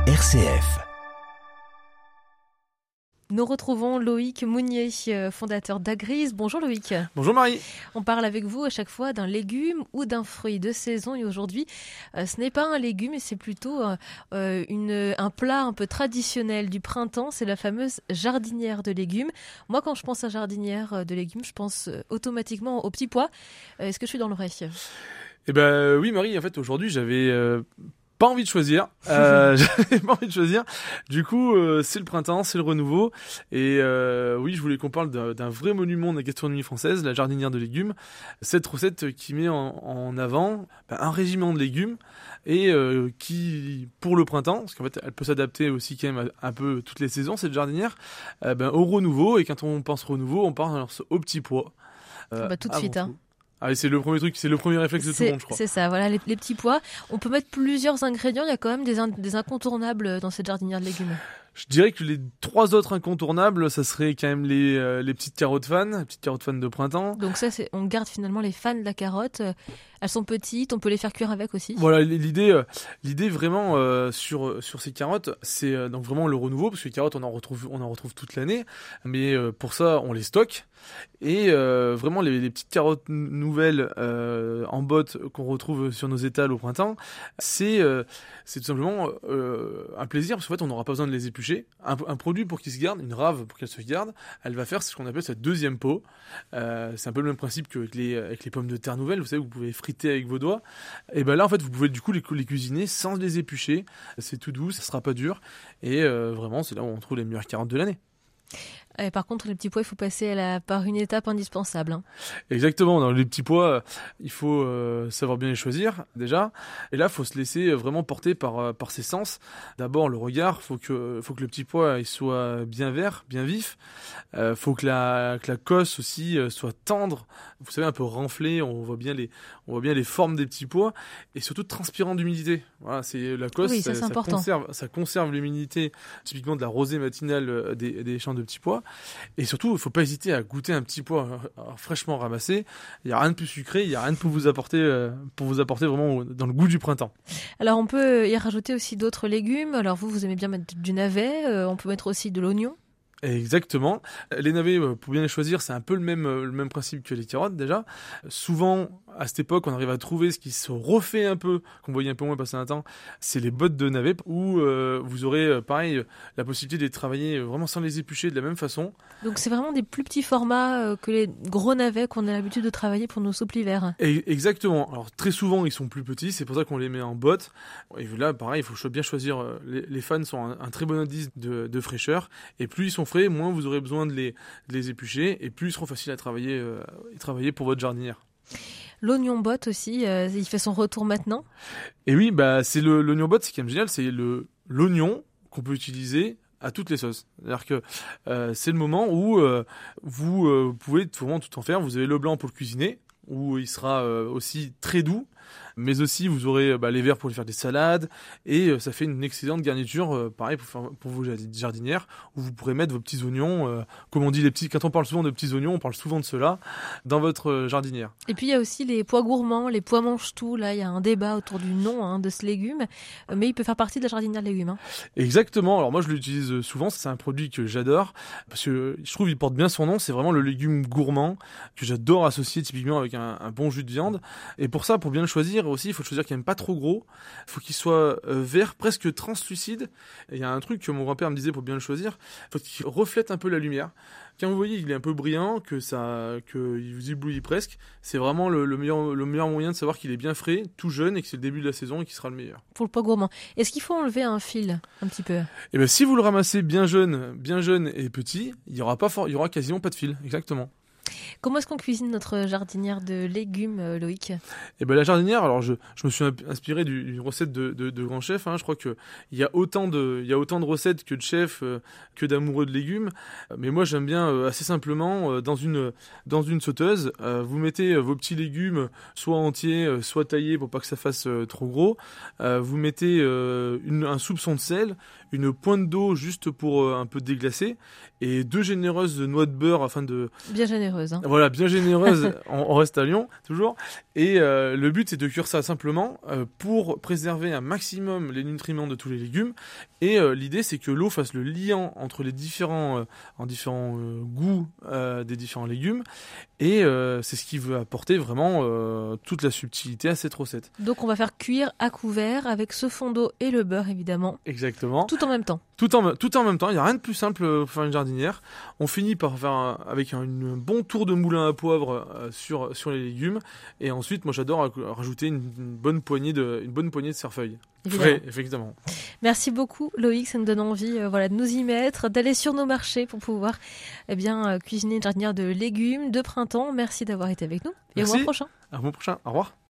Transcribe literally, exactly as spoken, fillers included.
R C F. Nous retrouvons Loïc Mounier, fondateur d'Agris. Bonjour Loïc. Bonjour Marie. On parle avec vous à chaque fois d'un légume ou d'un fruit de saison. Et aujourd'hui, euh, ce n'est pas un légume, c'est plutôt euh, une, un plat un peu traditionnel du printemps. C'est la fameuse jardinière de légumes. Moi, quand je pense à jardinière de légumes, je pense automatiquement aux petits pois. Euh, est-ce que je suis dans le vrai ? Eh ben oui Marie, en fait aujourd'hui j'avais... Euh... Pas envie de choisir, euh, j'avais pas envie de choisir. Du coup, euh, c'est le printemps, c'est le renouveau. Et euh, oui, je voulais qu'on parle d'un, d'un vrai monument de la gastronomie française, la jardinière de légumes. Cette recette qui met en, en avant ben, un régiment de légumes et euh, qui, pour le printemps, parce qu'en fait, elle peut s'adapter aussi quand même à un peu toutes les saisons, cette jardinière, euh, ben, au renouveau. Et quand on pense renouveau, on pense alors, aux petits pois. Euh, bah, tout de suite, hein. Ah, c'est le premier truc, c'est le premier réflexe de c'est, tout le monde, je crois. C'est ça, voilà, les, les petits pois. On peut mettre plusieurs ingrédients, il y a quand même des, in, des incontournables dans cette jardinière de légumes. Je dirais que les trois autres incontournables, ça serait quand même les, euh, les petites carottes fan, les petites carottes fan de printemps. Donc ça, c'est, on garde finalement les fans de la carotte. Elles sont petites, on peut les faire cuire avec aussi. Voilà, l'idée, euh, l'idée vraiment euh, sur sur ces carottes, c'est euh, donc vraiment le renouveau, parce que les carottes, on en retrouve, on en retrouve toute l'année, mais euh, pour ça, on les stocke. Et euh, vraiment les, les petites carottes n- nouvelles euh, en botte qu'on retrouve sur nos étals au printemps, c'est euh, c'est tout simplement euh, un plaisir, parce qu'en fait, on n'aura pas besoin de les éplucher. Un, un produit pour qu'ils se gardent, une rave pour qu'elle se garde, elle va faire ce qu'on appelle sa deuxième peau. Euh, c'est un peu le même principe qu'avec les avec les pommes de terre nouvelles. Vous savez, vous pouvez friter avec vos doigts, et ben là en fait vous pouvez du coup les, les cuisiner sans les éplucher, c'est tout doux, ça sera pas dur, et euh, vraiment c'est là où on trouve les meilleures carottes de l'année. Et par contre, les petits pois, il faut passer à la, par une étape indispensable. Hein. Exactement, dans les petits pois, il faut euh, savoir bien les choisir, déjà. Et là, il faut se laisser vraiment porter par, par ses sens. D'abord, le regard, il faut que, faut que le petit pois il soit bien vert, bien vif. Il euh, faut que la, que la cosse aussi soit tendre, vous savez, un peu renflée, on voit bien les, on voit bien les formes des petits pois, et surtout transpirant d'humidité. Voilà, c'est la cosse, oui, ça, ça, ça, ça, conserve, ça conserve l'humidité, typiquement de la rosée matinale des, des champs de petits pois. Et surtout, il ne faut pas hésiter à goûter un petit pois euh, fraîchement ramassé. Il n'y a rien de plus sucré, il n'y a rien de pour vous apporter, euh, pour vous apporter vraiment dans le goût du printemps. Alors, on peut y rajouter aussi d'autres légumes. Alors, vous, vous aimez bien mettre du navet. Euh, on peut mettre aussi de l'oignon. Exactement. Les navets, pour bien les choisir, c'est un peu le même, le même principe que les carottes déjà. Souvent, à cette époque, on arrive à trouver ce qui se refait un peu, qu'on voyait un peu moins passer un temps, c'est les bottes de navets où euh, vous aurez, pareil, la possibilité de les travailler vraiment sans les éplucher de la même façon. Donc c'est vraiment des plus petits formats euh, que les gros navets qu'on a l'habitude de travailler pour nos soupes l'hiver. Et exactement. Alors très souvent, ils sont plus petits, c'est pour ça qu'on les met en bottes. Et là, pareil, il faut bien choisir. Les, les fans sont un, un très bon indice de, de fraîcheur, et plus ils sont frais, moins vous aurez besoin de les, de les éplucher, et plus ils seront faciles à travailler, euh, à travailler pour votre jardinière. L'oignon botte aussi, euh, il fait son retour maintenant. Et oui, bah c'est le, l'oignon botte, ce qui est génial, c'est le, l'oignon qu'on peut utiliser à toutes les sauces. C'est-à-dire que euh, c'est le moment où euh, vous euh, pouvez vraiment tout en faire. Vous avez le blanc pour le cuisiner, où il sera euh, aussi très doux, mais aussi vous aurez bah, les verts pour faire des salades, et euh, ça fait une excellente garniture, euh, pareil pour, faire, pour vos jardinières, où vous pourrez mettre vos petits oignons, euh, comme on dit, les petits, quand on parle souvent de petits oignons, on parle souvent de cela, dans votre euh, jardinière. Et puis il y a aussi les pois gourmands, les pois mange-tout, là il y a un débat autour du nom hein, de ce légume, mais il peut faire partie de la jardinière de légumes. Hein. Exactement, alors moi je l'utilise souvent, c'est un produit que j'adore, parce que je trouve qu'il porte bien son nom, c'est vraiment le légume gourmand, que j'adore associer typiquement avec un, un bon jus de viande, et pour ça, pour bien le choisir aussi, il faut choisir qu'il n'aime pas trop gros, il faut qu'il soit euh, vert, presque translucide. Il y a un truc que mon grand-père me disait pour bien le choisir, il faut qu'il reflète un peu la lumière. Quand vous voyez qu'il est un peu brillant, que ça, qu'il vous éblouit presque, c'est vraiment le, le, meilleur, le meilleur moyen de savoir qu'il est bien frais, tout jeune, et que c'est le début de la saison et qu'il sera le meilleur. Pour le pois gourmand, est-ce qu'il faut enlever un fil un petit peu ? Eh ben, si vous le ramassez bien jeune, bien jeune et petit, il y aura pas for- il y aura quasiment pas de fil, exactement. Comment est-ce qu'on cuisine notre jardinière de légumes, euh, Loïc ? Et ben la jardinière, alors je, je me suis inspiré du- d'une recette de, de, de grand chef. Hein. Je crois que il y a autant de il y a autant de recettes que de chefs euh, que d'amoureux de légumes. Mais moi j'aime bien euh, assez simplement euh, dans une dans une sauteuse, euh, vous mettez euh, vos petits légumes soit entiers, euh, soit taillés pour pas que ça fasse euh, trop gros. Euh, vous mettez euh, une, un soupçon de sel, une pointe d'eau juste pour euh, un peu déglacer, et deux généreuses noix de beurre afin de Bien généreux. généreuse. Hein. Voilà, bien généreuse. on, on reste à Lyon, toujours. Et euh, le but, c'est de cuire ça simplement euh, pour préserver un maximum les nutriments de tous les légumes. Et euh, l'idée, c'est que l'eau fasse le lien entre les différents, euh, en différents euh, goûts euh, des différents légumes. Et euh, c'est ce qui veut apporter vraiment euh, toute la subtilité à cette recette. Donc on va faire cuire à couvert avec ce fond d'eau et le beurre évidemment. Exactement. Tout en même temps. Tout en, tout en même temps, il n'y a rien de plus simple pour faire une jardinière. On finit par faire un, avec un une, bon tour de moulin à poivre euh, sur, sur les légumes. Et ensuite, moi j'adore rajouter une, une, bonne, poignée de, une bonne poignée de cerfeuil. Frais, effectivement. Merci beaucoup Loïc, ça nous donne envie euh, voilà, de nous y mettre, d'aller sur nos marchés pour pouvoir eh bien, euh, cuisiner une jardinière de légumes de printemps. Merci d'avoir été avec nous et Merci. au mois prochain. À mois prochain, au revoir.